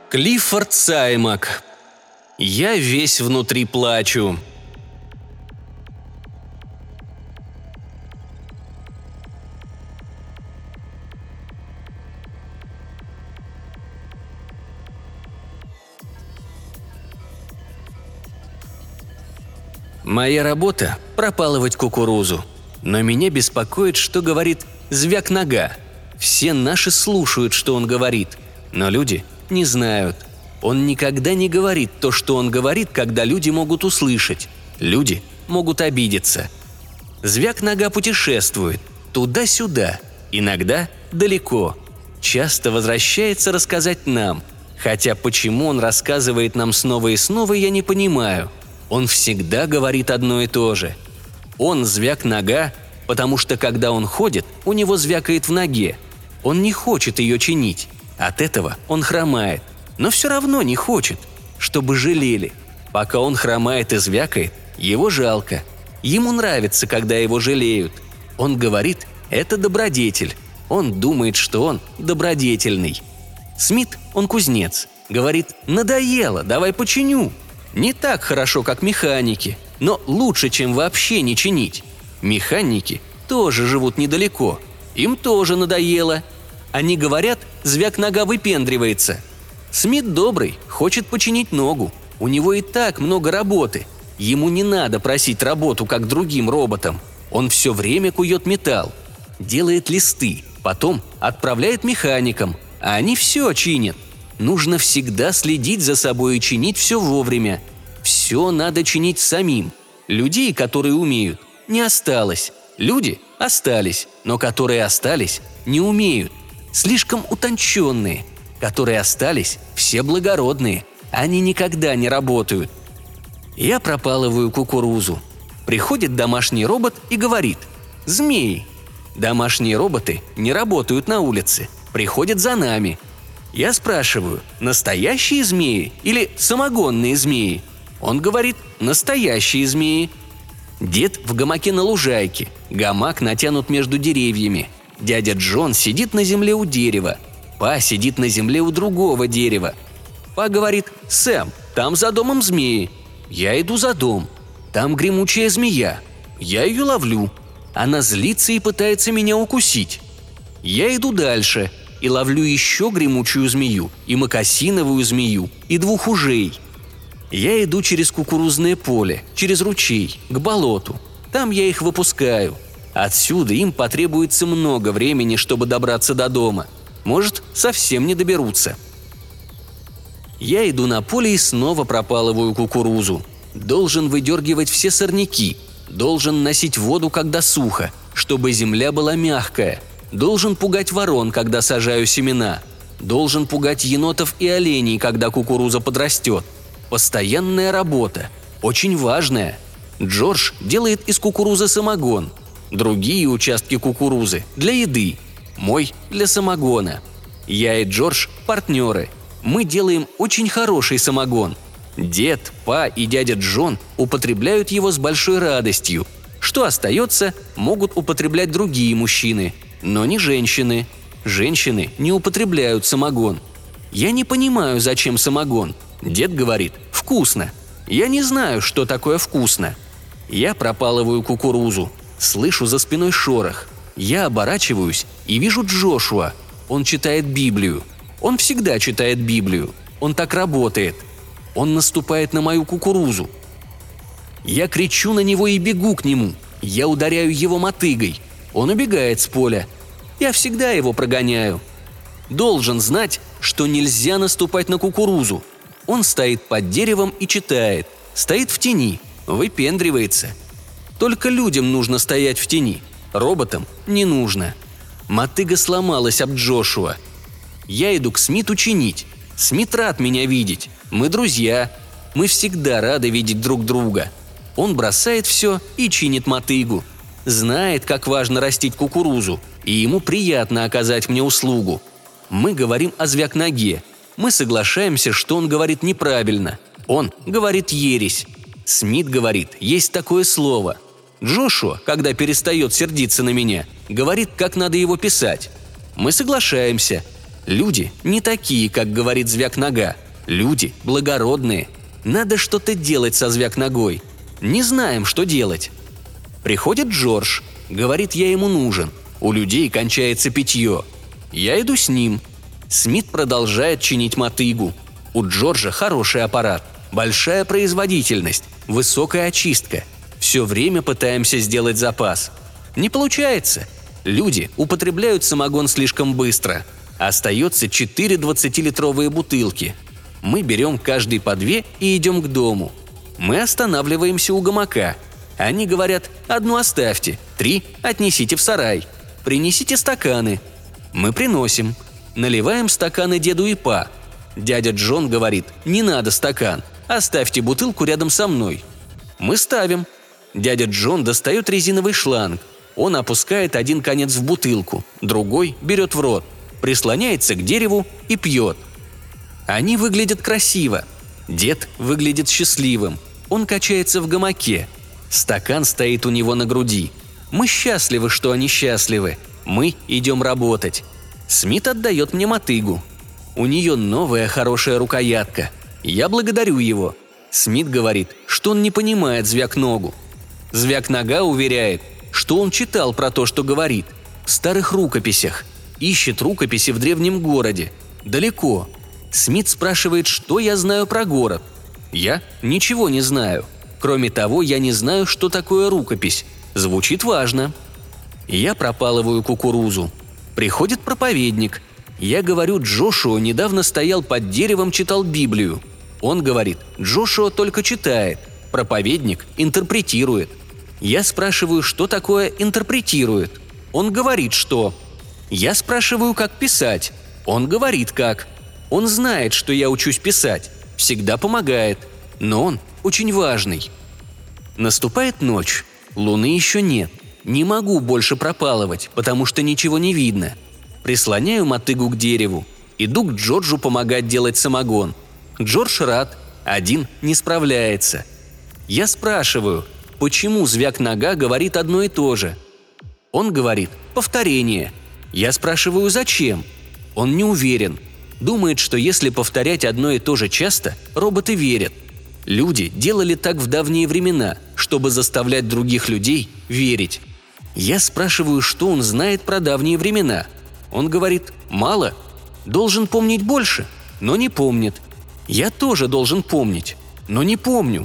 Клиффорд Саймак. Я весь внутри плачу. Моя работа – пропалывать кукурузу. Но меня беспокоит, что говорит «звяк нога». Все наши слушают, что он говорит, но люди не знают. Он никогда не говорит то, что он говорит, когда люди могут услышать. Люди могут обидеться. Звяк нога путешествует туда-сюда, иногда далеко. Часто возвращается рассказать нам. Хотя почему он рассказывает нам снова и снова, я не понимаю. Он всегда говорит одно и то же. Он звяк нога, потому что когда он ходит, у него звякает в ноге. Он не хочет ее чинить. От этого он хромает. Но все равно не хочет, чтобы жалели. Пока он хромает и звякает, его жалко. Ему нравится, когда его жалеют. Он говорит, это добродетель. Он думает, что он добродетельный. Смит, он кузнец. Говорит, надоело, давай починю. Не так хорошо, как механики, но лучше, чем вообще не чинить. Механики тоже живут недалеко. Им тоже надоело. Они говорят, звяк нога выпендривается. Смит добрый, хочет починить ногу. У него и так много работы. Ему не надо просить работу, как другим роботам. Он все время кует металл. Делает листы, потом отправляет механикам, а они все чинят. Нужно всегда следить за собой и чинить все вовремя. Все надо чинить самим. Людей, которые умеют, не осталось. Люди остались, но которые остались, не умеют. Слишком утонченные. Которые остались, все благородные. Они никогда не работают. Я пропалываю кукурузу. Приходит домашний робот и говорит «Змеи». Домашние роботы не работают на улице, приходят за нами. Я спрашиваю, настоящие змеи или самогонные змеи? Он говорит, настоящие змеи. Дед в гамаке на лужайке, гамак натянут между деревьями. Дядя Джон сидит на земле у дерева. Па сидит на земле у другого дерева. Па говорит, Сэм, там за домом змеи. Я иду за дом. Там гремучая змея. Я ее ловлю. Она злится и пытается меня укусить. Я иду дальше и ловлю еще гремучую змею, и мокасиновую змею, и двух ужей. Я иду через кукурузное поле, через ручей, к болоту. Там я их выпускаю. Отсюда им потребуется много времени, чтобы добраться до дома. Может, совсем не доберутся. Я иду на поле и снова пропалываю кукурузу. Должен выдергивать все сорняки. Должен носить воду, когда сухо, чтобы земля была мягкая. Должен пугать ворон, когда сажаю семена. Должен пугать енотов и оленей, когда кукуруза подрастет. Постоянная работа. Очень важная. Джордж делает из кукурузы самогон. Другие участки кукурузы для еды. Мой для самогона. Я и Джордж – партнеры. Мы делаем очень хороший самогон. Дед, Па и дядя Джон употребляют его с большой радостью. Что остается, могут употреблять другие мужчины, но не женщины. Женщины не употребляют самогон. Я не понимаю, зачем самогон. Дед говорит «вкусно». Я не знаю, что такое вкусно. Я пропалываю кукурузу. Слышу за спиной шорох. Я оборачиваюсь и вижу Джошуа. Он читает Библию. Он всегда читает Библию. Он так работает. Он наступает на мою кукурузу. Я кричу на него и бегу к нему. Я ударяю его мотыгой. Он убегает с поля. Я всегда его прогоняю. Должен знать, что нельзя наступать на кукурузу. Он стоит под деревом и читает. Стоит в тени, выпендривается. Только людям нужно стоять в тени. Роботам не нужно. Мотыга сломалась об Джошуа. Я иду к Смиту чинить. Смит рад меня видеть. Мы друзья. Мы всегда рады видеть друг друга. Он бросает все и чинит мотыгу. Знает, как важно растить кукурузу, и ему приятно оказать мне услугу. Мы говорим о звяк-ноге. Мы соглашаемся, что он говорит неправильно. Он говорит ересь. Смит говорит, есть такое слово. Джошуа, когда перестает сердиться на меня, говорит, как надо его писать. Мы соглашаемся. Люди не такие, как говорит Звяк-нога. Люди благородные. Надо что-то делать со Звяк-ногой. Не знаем, что делать. Приходит Джордж. Говорит, я ему нужен. У людей кончается питье. Я иду с ним. Смит продолжает чинить мотыгу. У Джорджа хороший аппарат, большая производительность, высокая очистка. Все время пытаемся сделать запас. Не получается. Люди употребляют самогон слишком быстро. Остается 4 20-литровые бутылки. Мы берем каждый по 2 и идем к дому. Мы останавливаемся у гамака. Они говорят: одну оставьте, 3 отнесите в сарай. Принесите стаканы. Мы приносим. Наливаем стаканы деду и па. Дядя Джон говорит: не надо стакан, оставьте бутылку рядом со мной. Мы ставим. Дядя Джон достает резиновый шланг. Он опускает один конец в бутылку, другой берет в рот, прислоняется к дереву и пьет. Они выглядят красиво. Дед выглядит счастливым. Он качается в гамаке. Стакан стоит у него на груди. Мы счастливы, что они счастливы. Мы идем работать. Смит отдает мне мотыгу. У нее новая хорошая рукоятка. Я благодарю его. Смит говорит, что он не понимает Звяк-ногу. Звяк-нога уверяет, что он читал про то, что говорит, в старых рукописях. Ищет рукописи в древнем городе. Далеко. Смит спрашивает, что я знаю про город. Я ничего не знаю. Кроме того, я не знаю, что такое рукопись. Звучит важно. Я пропалываю кукурузу. Приходит проповедник. Я говорю, Джошуа недавно стоял под деревом, читал Библию. Он говорит, Джошуа только читает. Проповедник интерпретирует. Я спрашиваю, что такое интерпретирует. Он говорит, что. Я спрашиваю, как писать. Он говорит, как. Он знает, что я учусь писать. Всегда помогает. Но он очень важный. Наступает ночь. Луны еще нет. Не могу больше пропалывать, потому что ничего не видно. Прислоняю мотыгу к дереву. Иду к Джорджу помогать делать самогон. Джордж рад. Один не справляется. Я спрашиваю, почему Звяк-нога говорит одно и то же. Он говорит «повторение». Я спрашиваю, зачем? Он не уверен. Думает, что если повторять одно и то же часто, роботы верят. Люди делали так в давние времена, чтобы заставлять других людей верить. Я спрашиваю, что он знает про давние времена. Он говорит «мало». Должен помнить больше, но не помнит. Я тоже должен помнить, но не помню.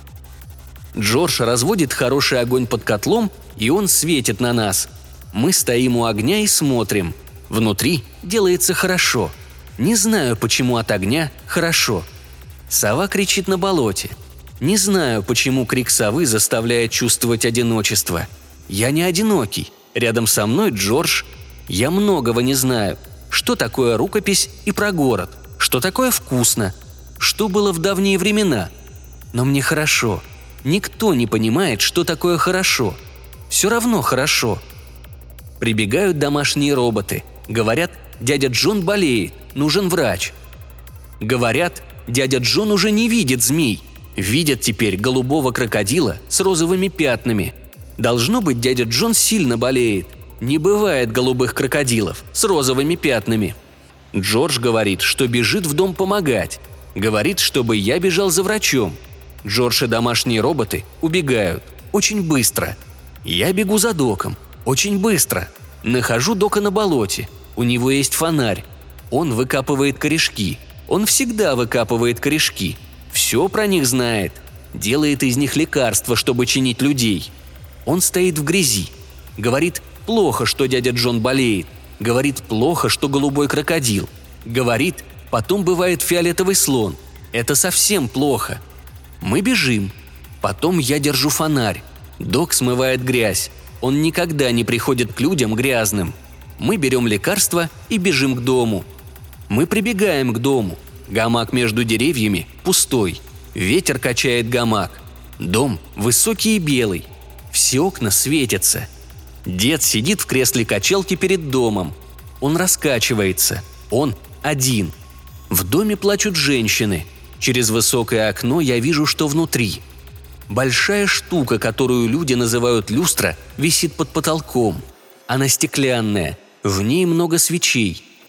Джордж разводит хороший огонь под котлом, и он светит на нас. Мы стоим у огня и смотрим. Внутри делается хорошо. Не знаю, почему от огня хорошо. Сова кричит на болоте. Не знаю, почему крик совы заставляет чувствовать одиночество. Я не одинокий. Рядом со мной Джордж. Я многого не знаю. Что такое рукопись и про город? Что такое вкусно? Что было в давние времена? Но мне хорошо. Никто не понимает, что такое хорошо. Все равно хорошо. Прибегают домашние роботы. Говорят, дядя Джон болеет, нужен врач. Говорят, дядя Джон уже не видит змей. Видят теперь голубого крокодила с розовыми пятнами. Должно быть, дядя Джон сильно болеет. Не бывает голубых крокодилов с розовыми пятнами. Джордж говорит, что бежит в дом помогать. Говорит, чтобы я бежал за врачом. Джордж и домашние роботы убегают. Очень быстро. Я бегу за Доком. Очень быстро. Нахожу Дока на болоте. У него есть фонарь. Он выкапывает корешки. Он всегда выкапывает корешки. Все про них знает. Делает из них лекарства, чтобы чинить людей. Он стоит в грязи. Говорит, плохо, что дядя Джон болеет. Говорит, плохо, что голубой крокодил. Говорит, потом бывает фиолетовый слон. Это совсем плохо. Мы бежим. Потом я держу фонарь. Док смывает грязь. Он никогда не приходит к людям грязным. Мы берем лекарства и бежим к дому. Мы прибегаем к дому. Гамак между деревьями пустой. Ветер качает гамак. Дом высокий и белый. Все окна светятся. Дед сидит в кресле качалки перед домом. Он раскачивается. Он один. В доме плачут женщины. Через высокое окно я вижу, что внутри. Большая штука, которую люди называют люстра, висит под потолком. Она стеклянная. В ней много свечей.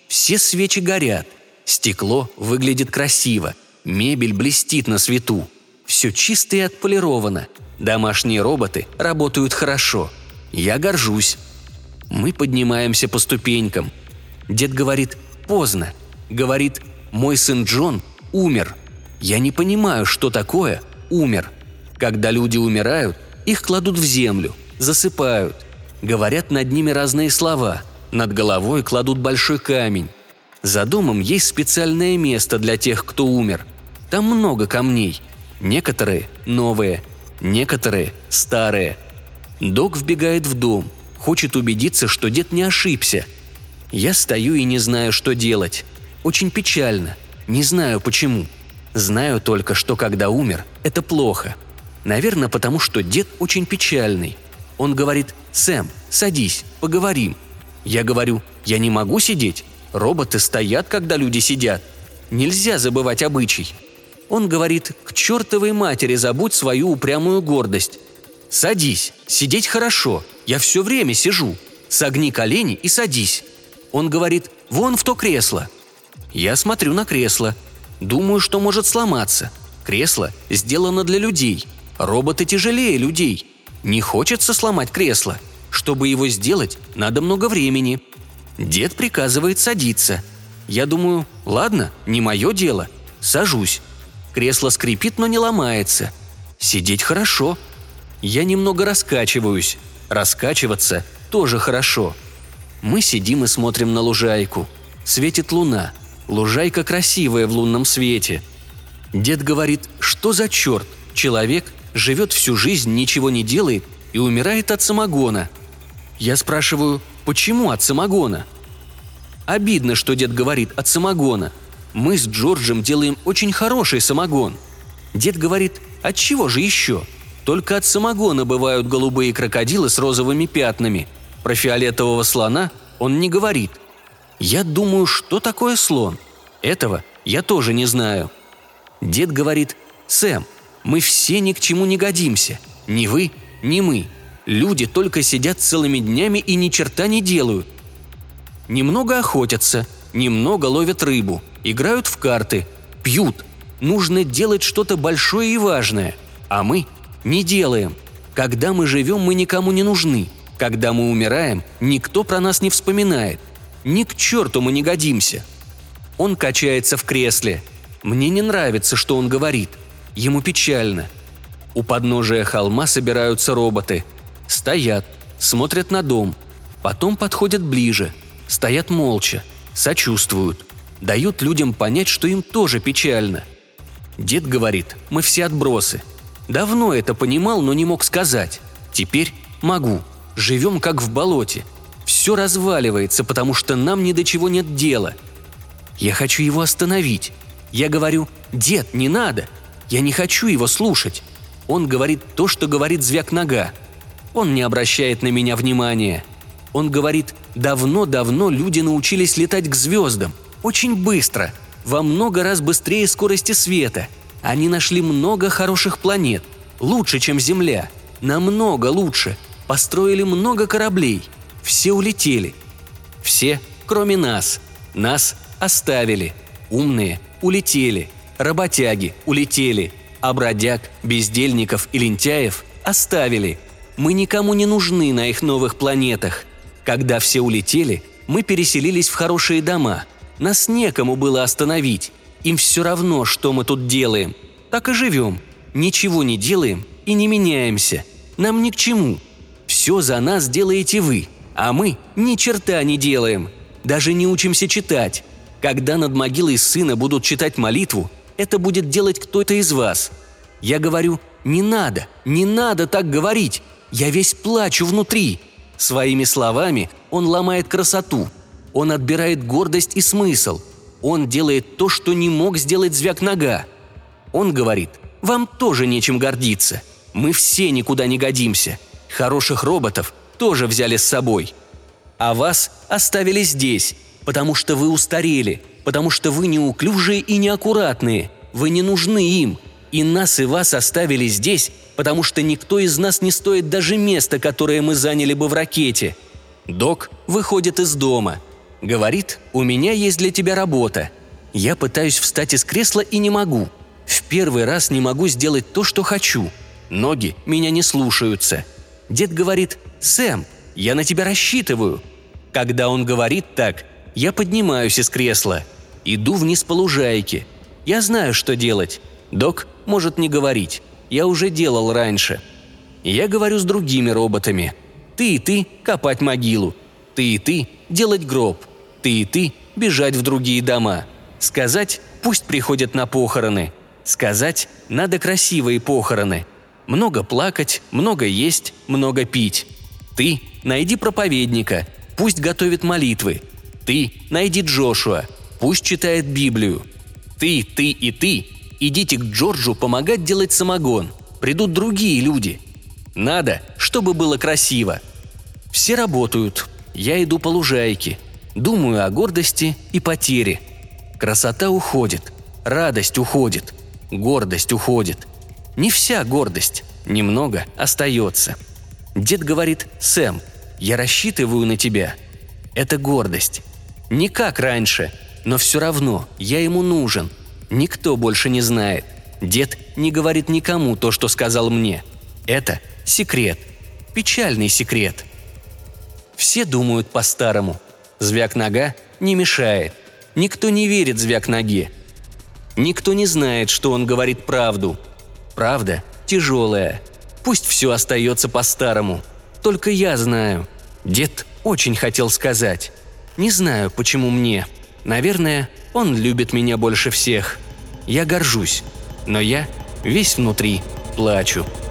Все свечи горят. Стекло выглядит красиво. Мебель блестит на свету. Все чисто и отполировано. Домашние роботы работают хорошо. Я горжусь. Мы поднимаемся по ступенькам. Дед говорит: «Поздно». Говорит: «Мой сын Джон умер». Я не понимаю, что такое «умер». Когда люди умирают, их кладут в землю, засыпают. Говорят над ними разные слова. Над головой кладут большой камень. За домом есть специальное место для тех, кто умер. Там много камней. Некоторые новые, некоторые старые. Док вбегает в дом, хочет убедиться, что дед не ошибся. Я стою и не знаю, что делать. Очень печально. Не знаю почему. Знаю только, что когда умер, это плохо. Наверное, потому что дед очень печальный. Он говорит: «Сэм, садись, поговорим». Я говорю: «Я не могу сидеть. Роботы стоят, когда люди сидят. Нельзя забывать обычай». Он говорит: «К чертовой матери забудь свою упрямую гордость. Садись, сидеть хорошо, я все время сижу. Согни колени и садись». Он говорит: «Вон в то кресло». Я смотрю на кресло. Думаю, что может сломаться. Кресло сделано для людей. Роботы тяжелее людей. Не хочется сломать кресло. Чтобы его сделать, надо много времени. Дед приказывает садиться. Я думаю: ладно, не мое дело. Сажусь. Кресло скрипит, но не ломается. Сидеть хорошо. Я немного раскачиваюсь. Раскачиваться тоже хорошо. Мы сидим и смотрим на лужайку. Светит луна. Лужайка красивая в лунном свете. Дед говорит: «Что за черт? Человек живет всю жизнь, ничего не делает и умирает от самогона». Я спрашиваю: «Почему от самогона?» Обидно, что дед говорит «от самогона». Мы с Джорджем делаем очень хороший самогон. Дед говорит: «От чего же еще? Только от самогона бывают голубые крокодилы с розовыми пятнами. Про фиолетового слона он не говорит». Я думаю, что такое слон. Этого я тоже не знаю. Дед говорит: «Сэм, мы все ни к чему не годимся. Ни вы, ни мы. Люди только сидят целыми днями и ни черта не делают. Немного охотятся, немного ловят рыбу, играют в карты, пьют. Нужно делать что-то большое и важное. А мы не делаем. Когда мы живем, мы никому не нужны. Когда мы умираем, никто про нас не вспоминает. Ни к черту мы не годимся». Он качается в кресле. Мне не нравится, что он говорит. Ему печально. У подножия холма собираются роботы. Стоят, смотрят на дом. Потом подходят ближе. Стоят молча. Сочувствуют. Дают людям понять, что им тоже печально. Дед говорит: «Мы все отбросы». Давно это понимал, но не мог сказать. Теперь могу. Живем как в болоте. Все разваливается, потому что нам ни до чего нет дела. Я хочу его остановить. Я говорю: «Дед, не надо». Я не хочу его слушать. Он говорит то, что говорит Звяк-нога. Он не обращает на меня внимания. Он говорит: давно-давно люди научились летать к звездам. Очень быстро. Во много раз быстрее скорости света. Они нашли много хороших планет. Лучше, чем Земля. Намного лучше. Построили много кораблей. Все улетели. Все, кроме нас. Нас оставили. Умные улетели. Работяги улетели. А бродяг, бездельников и лентяев оставили. Мы никому не нужны на их новых планетах. Когда все улетели, мы переселились в хорошие дома. Нас некому было остановить. Им все равно, что мы тут делаем. Так и живем. Ничего не делаем и не меняемся. Нам ни к чему. Все за нас делаете вы, а мы ни черта не делаем. Даже не учимся читать. Когда над могилой сына будут читать молитву, это будет делать кто-то из вас. Я говорю: не надо так говорить. Я весь плачу внутри. Своими словами он ломает красоту. Он отбирает гордость и смысл. Он делает то, что не мог сделать Звяк-нога. Он говорит: вам тоже нечем гордиться. Мы все никуда не годимся. Хороших роботов тоже взяли с собой. А вас оставили здесь, потому что вы устарели, потому что вы неуклюжие и неаккуратные. Вы не нужны им. И нас и вас оставили здесь, потому что никто из нас не стоит даже места, которое мы заняли бы в ракете. Док выходит из дома. Говорит, у меня есть для тебя работа. Я пытаюсь встать из кресла и не могу. В первый раз не могу сделать то, что хочу. Ноги меня не слушаются. Дед говорит: «Сэм, я на тебя рассчитываю». Когда он говорит так, я поднимаюсь из кресла. Иду вниз по лужайке. Я знаю, что делать. Док может не говорить. Я уже делал раньше. Я говорю с другими роботами. Ты и ты копать могилу. Ты и ты делать гроб. Ты и ты бежать в другие дома. Сказать пусть приходят на похороны. Сказать надо красивые похороны. Много плакать, много есть, много пить. Ты найди проповедника, пусть готовит молитвы. Ты найди Джошуа, пусть читает Библию. Ты и ты идите к Джорджу помогать делать самогон. Придут другие люди. Надо, чтобы было красиво. Все работают. Я иду по лужайке. Думаю о гордости и потере. Красота уходит. Радость уходит. Гордость уходит. Не вся гордость. Немного остается. Дед говорит: «Сэм, я рассчитываю на тебя». Это гордость. Не как раньше, но все равно я ему нужен. Никто больше не знает. Дед не говорит никому то, что сказал мне. Это секрет. Печальный секрет. Все думают по-старому. Звяк нога не мешает. Никто не верит звяк ноге. Никто не знает, что он говорит правду. Правда тяжелая. Пусть все остается по-старому. Только я знаю. Дед очень хотел сказать. Не знаю, почему мне. Наверное, он любит меня больше всех. Я горжусь. Но я весь внутри плачу.